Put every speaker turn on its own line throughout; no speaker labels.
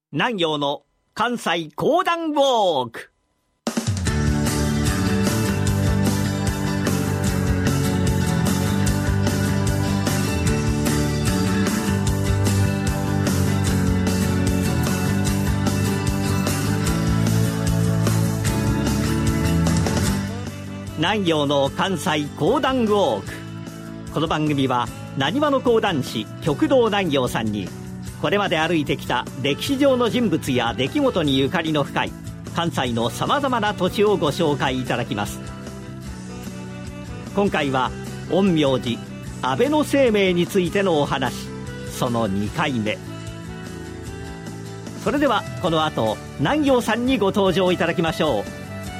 南陽の関西講談ウォーク。南陽の関西講談ウォーク。この番組はなにわの講談師旭堂南陽さんに、これまで歩いてきた歴史上の人物や出来事にゆかりの深い関西のさまざまな土地をご紹介いただきます。今回は陰陽師安倍晴明についてのお話、その2回目。それではこの後南陽さんにご登場いただきましょう。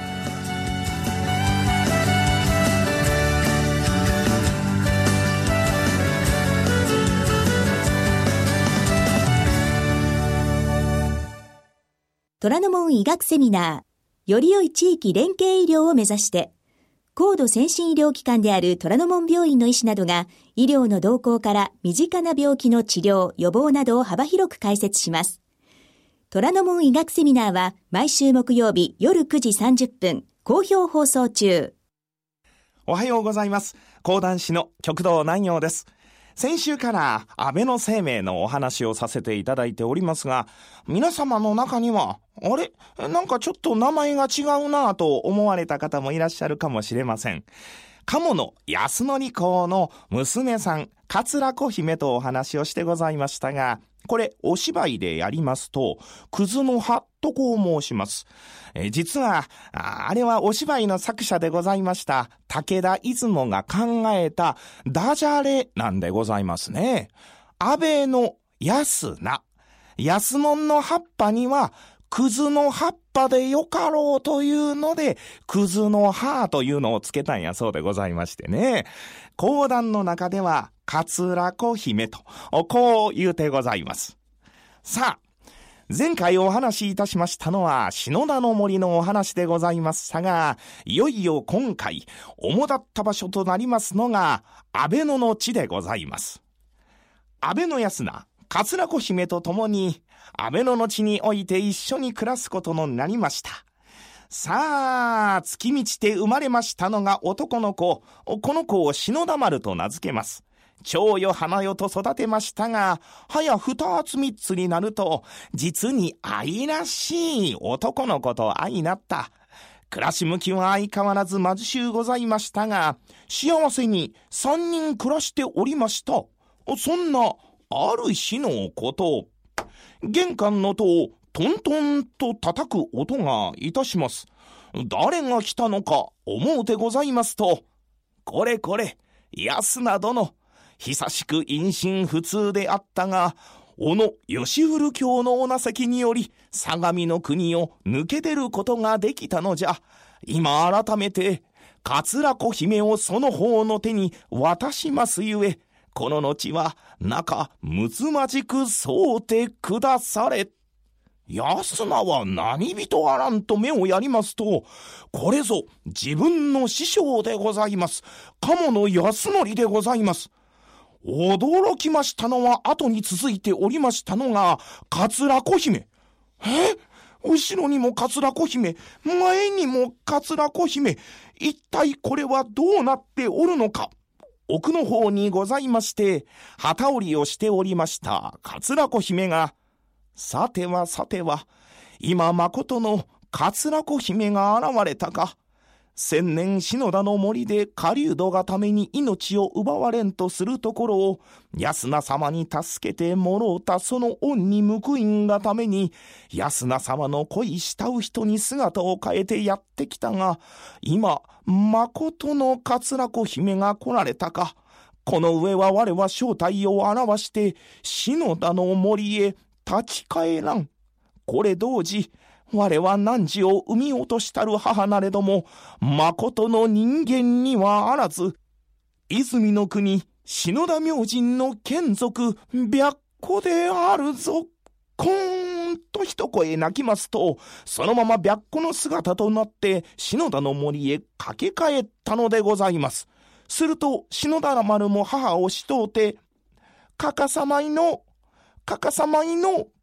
虎ノ門医学セミナー、より良い地域連携医療を目指して、高度先進医療機関である虎ノ門病院の医師などが、医療の動向から身近な病気の治療、予防などを幅広く解説します。虎ノ門医学セミナーは、毎週木曜日夜9時30分、好評放送中。
おはようございます。講談師の旭堂南陽です。先週から安倍晴明のお話をさせていただいておりますが、皆様の中には、あれ？なんかちょっと名前が違うなぁと思われた方もいらっしゃるかもしれません。鴨の安則公の娘さん、桂子姫とお話をしてございましたが、これお芝居でやりますと、くずの葉とこう申します。実はあれはお芝居の作者でございました武田出雲が考えたダジャレなんでございますね。安倍の安名、安物の葉っぱにはくずの葉っぱでよかろうというので、くずの葉というのをつけたんやそうでございましてね。講談の中では桂子姫とこう言うてございます。さあ、前回お話しいたしましたのは篠田の森のお話でございましたが、いよいよ今回主だった場所となりますのが安倍野の地でございます。安倍の安名、桂子姫と共に安倍野の地において一緒に暮らすことになりました。さあ、月道で生まれましたのが男の子。この子を篠田丸と名付けます。長よ花よと育てましたが、早2つ3つになると、実に愛らしい男の子と相なった。暮らし向きは相変わらず貧しゅうございましたが、幸せに3人暮らしておりました。そんなある日のこと、玄関の戸をトントンと叩く音がいたします。誰が来たのか思うてございますと、これこれ安名殿、久しく音信不通であったが、小野吉古京のお情けにより相模の国を抜け出ることができたのじゃ。今改めて桂子姫をその方の手に渡しますゆえ、この後は仲睦まじく添うてくだされ。安名は何人あらんと目をやりますと、これぞ自分の師匠でございます。鴨の安則でございます。驚きましたのは後に続いておりましたのが桂子姫。後ろにも桂子姫、前にも桂子姫。一体これはどうなっておるのか。奥の方にございまして旗織りをしておりました桂子姫が、さてはさては、今まことの桂子姫が現れたか。千年篠田の森で狩人がために命を奪われんとするところを、安名様に助けてもろうたその恩に報いんがために、安名様の恋慕う人に姿を変えてやってきたが、今まことの桂子姫が来られたか。この上は我は正体を表して篠田の森へ立ち返らん。これ同時、我は汝を産み落としたる母なれども、まことの人間にはあらず、泉の国篠田明神の眷属白子であるぞ。コーンと一声泣きますと、そのまま白子の姿となって篠田の森へ駆け帰ったのでございます。すると篠田丸も母をしとうて、かかさまいの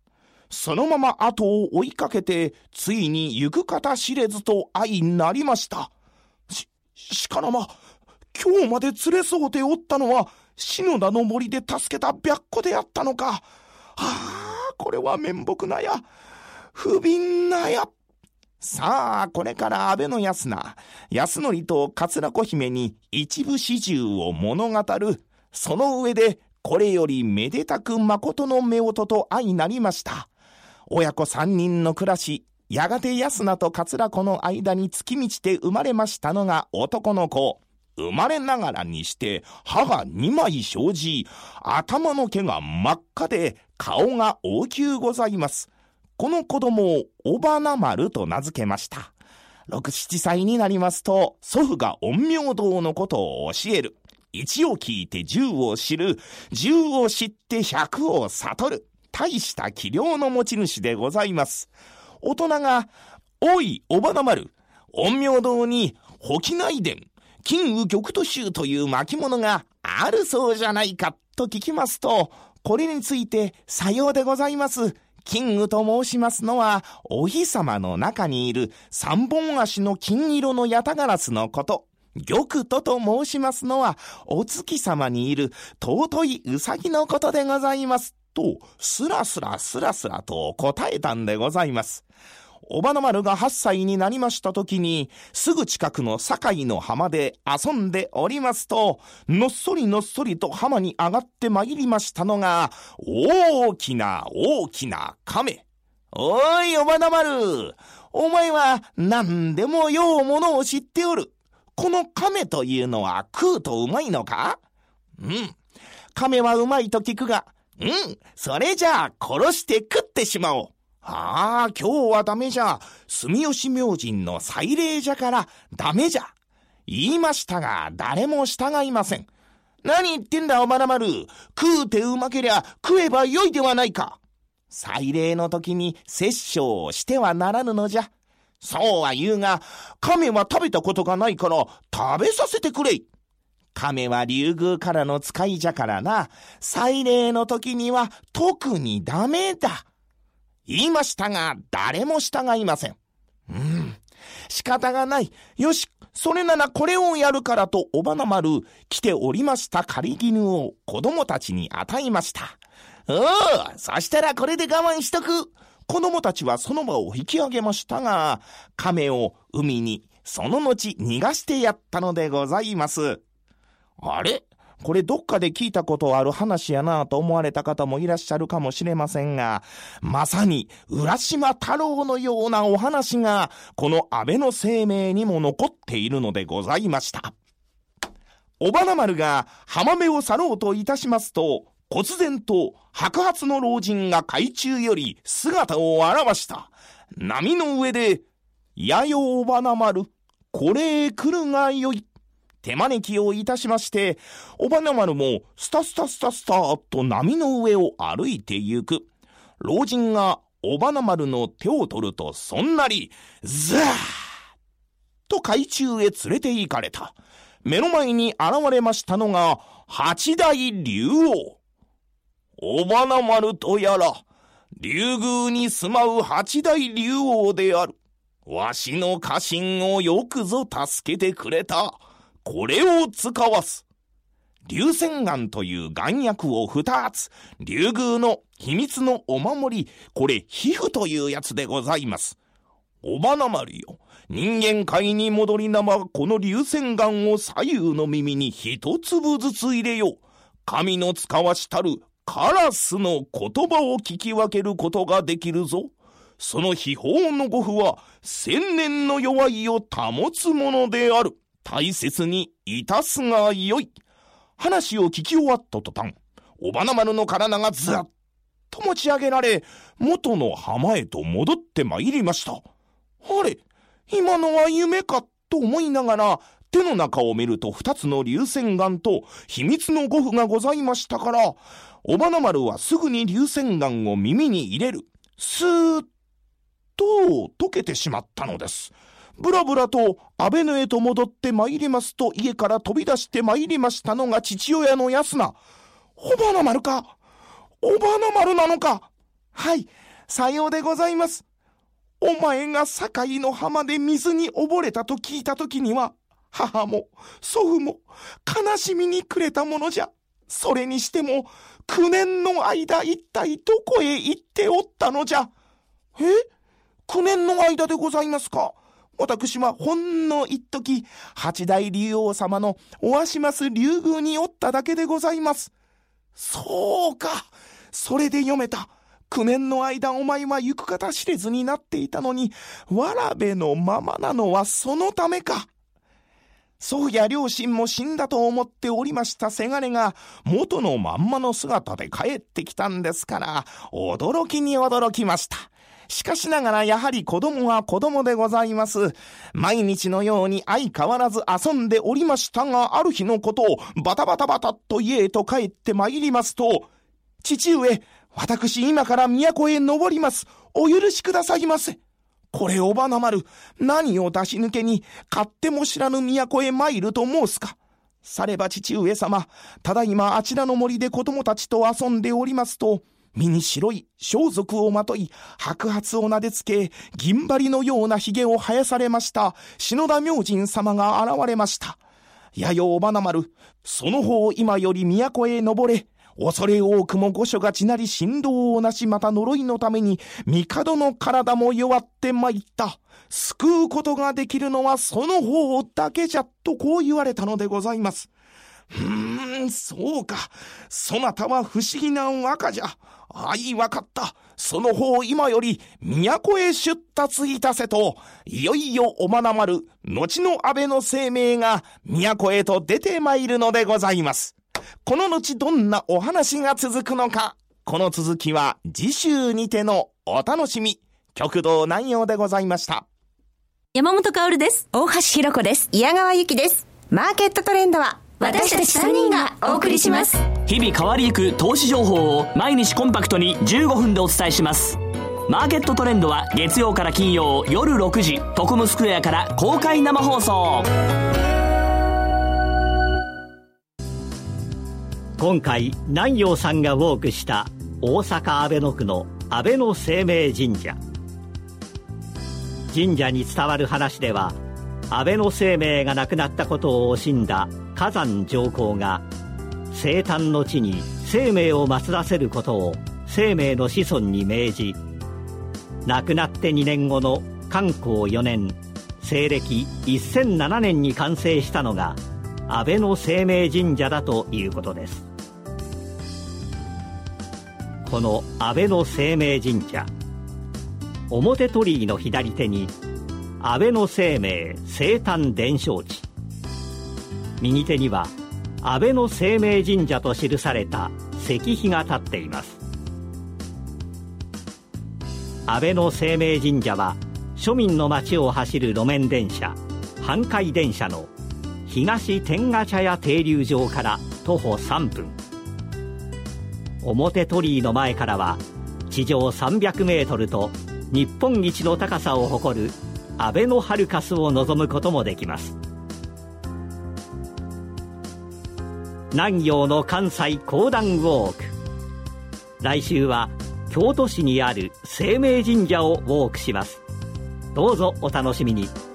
そのまま後を追いかけて、ついに行く方知れずと相なりました。しからば、今日まで連れ添うておったのは、篠田の森で助けた白虎であったのか。これは面目なや、不憫なや。さあ、これから安倍の安名、安則と桂子姫に一部始終を物語る。その上で、これよりめでたく誠の夫婦と相なりました。親子三人の暮らし、やがて安名と桂子の間に月道で生まれましたのが男の子。生まれながらにして歯が2枚生じ、頭の毛が真っ赤で顔が大きゅうございます。この子供を尾花丸と名付けました。6、7歳になりますと、祖父が陰陽道のことを教える。1を聞いて10を知る。10を知って100を悟る。大した器量の持ち主でございます。大人が、おい、尾花丸、陰陽道に、保気内伝、金羽玉兎衆という巻物があるそうじゃないか、と聞きますと、これについて、さようでございます。金羽と申しますのは、お日様の中にいる三本足の金色のヤタガラスのこと。玉兎と申しますのは、お月様にいる尊いウサギのことでございます。と、スラスラと答えたんでございます。尾花丸が8歳になりましたときに、すぐ近くの堺の浜で遊んでおりますと、のっそりと浜に上がってまいりましたのが、大きな亀。おい、尾花丸、お前は何でもようものを知っておる。この亀というのは食うとうまいのか？亀はうまいと聞くが、それじゃあ殺して食ってしまおう。今日はダメじゃ。住吉明神の祭礼じゃからダメじゃ。言いましたが誰も従いません。何言ってんだ、尾花丸。食うてうまけりゃ食えばよいではないか。祭礼の時に殺生をしてはならぬのじゃ。そうは言うが、亀は食べたことがないから食べさせてくれ。亀は竜宮からの使いじゃからな。祭礼の時には特にダメだ。言いましたが誰も従いません。仕方がない。よし、それならこれをやるからと尾花丸、来ておりました狩り絹を子供たちに与えました。そしたらこれで我慢しとく。子供たちはその場を引き上げましたが、亀を海にその後逃がしてやったのでございます。あれ？これどっかで聞いたことある話やなと思われた方もいらっしゃるかもしれませんが、まさに浦島太郎のようなお話がこの安倍の生命にも残っているのでございました。尾花丸が浜辺を去ろうといたしますと、忽然と白髪の老人が海中より姿を現した。波の上で、やよ尾花丸、これへ来るがよい。手招きをいたしまして、尾花丸もスタと波の上を歩いてゆく。老人が尾花丸の手を取るとそんなり、ザーッと海中へ連れて行かれた。目の前に現れましたのが八大竜王。尾花丸とやら、竜宮に住まう八大竜王である。わしの家臣をよくぞ助けてくれた。これを使わす。龍泉丸という丸薬を2つ。竜宮の秘密のお守り。これ皮膚というやつでございます。尾花丸よ。人間界に戻りなばこの龍泉丸を左右の耳に一粒ずつ入れよう。神の使わしたるカラスの言葉を聞き分けることができるぞ。その秘宝の語符は千年の弱いを保つものである。大切にいたすがよい。話を聞き終わった途端、尾花丸の体がずっと持ち上げられ、元の浜へと戻ってまいりました。あれ、今のは夢かと思いながら、手の中を見ると2つの龍泉丸と秘密の語符がございましたから、尾花丸はすぐに龍泉丸を耳に入れる。スーッと溶けてしまったのです。ぶらぶらと安倍野へと戻ってまいりますと、家から飛び出してまいりましたのが父親の安名。尾花丸か？尾花丸なのか？はい、 さようでございます。お前が堺の浜で水に溺れたと聞いたときには、母も祖父も悲しみに暮れたものじゃ。それにしても9年の間一体どこへ行っておったのじゃ。9年の間でございますか。私はほんの一時八代竜王様のお足ます竜宮におっただけでございます。そうか、それで読めた。9年の間お前は行く方知れずになっていたのに、わらべのままなのはそのためか。祖父や両親も死んだと思っておりましたせがれが元のまんまの姿で帰ってきたんですから、驚きに驚きました。しかしながらやはり子供は子供でございます。毎日のように相変わらず遊んでおりましたが、ある日のことをバタバタバタっと家へと帰ってまいりますと、父上、私今から都へ登ります。お許しくださいませ。これおばな丸、何を出し抜けに勝手も知らぬ都へ参ると申すか。されば父上様、ただいまあちらの森で子供たちと遊んでおりますと、身に白い装束をまとい、白髪をなでつけ、銀針のような髭を生やされました篠田明神様が現れました。やよおばな丸、その方今より都へ登れ。恐れ多くも御所が地なり振動をなし、また呪いのために帝の体も弱ってまいった。救うことができるのはその方だけじゃ、とこう言われたのでございます。そうか。そなたは不思議な若じゃ。わかった。その方今より都へ出立いたせと、いよいよおまな丸、後の安倍の生命が都へと出てまいるのでございます。この後どんなお話が続くのか、この続きは次週にてのお楽しみ。極道南陽でございました。
山本薫です。
大橋ひろ子です。矢川ゆきです。マーケットトレンドは
私たち3人がお送りします。
日々変わりゆく投資情報を毎日コンパクトに15分でお伝えします。マーケットトレンドは月曜から金曜夜6時、トコムスクエアから公開生放送。
今回南陽さんがウォークした大阪阿倍野区の阿倍野晴明神社。神社に伝わる話では、阿倍野晴明が亡くなったことを惜しんだ火山上皇が生誕の地に晴明を祀らせることを晴明の子孫に命じ、亡くなって2年後の寛光4年西暦1007年に完成したのが阿倍野晴明神社だということです。この阿倍野晴明神社、表鳥居の左手に阿倍野晴明生誕伝承地、右手には阿倍野晴明神社と記された石碑が立っています。阿倍野晴明神社は庶民の町を走る路面電車阪堺電車の東天下茶屋停留場から徒歩3分、表鳥居の前からは地上300メートルと日本一の高さを誇る阿倍野ハルカスを望むこともできます。南陽の関西講談ウォーク、来週は京都市にある晴明神社をウォークします。どうぞお楽しみに。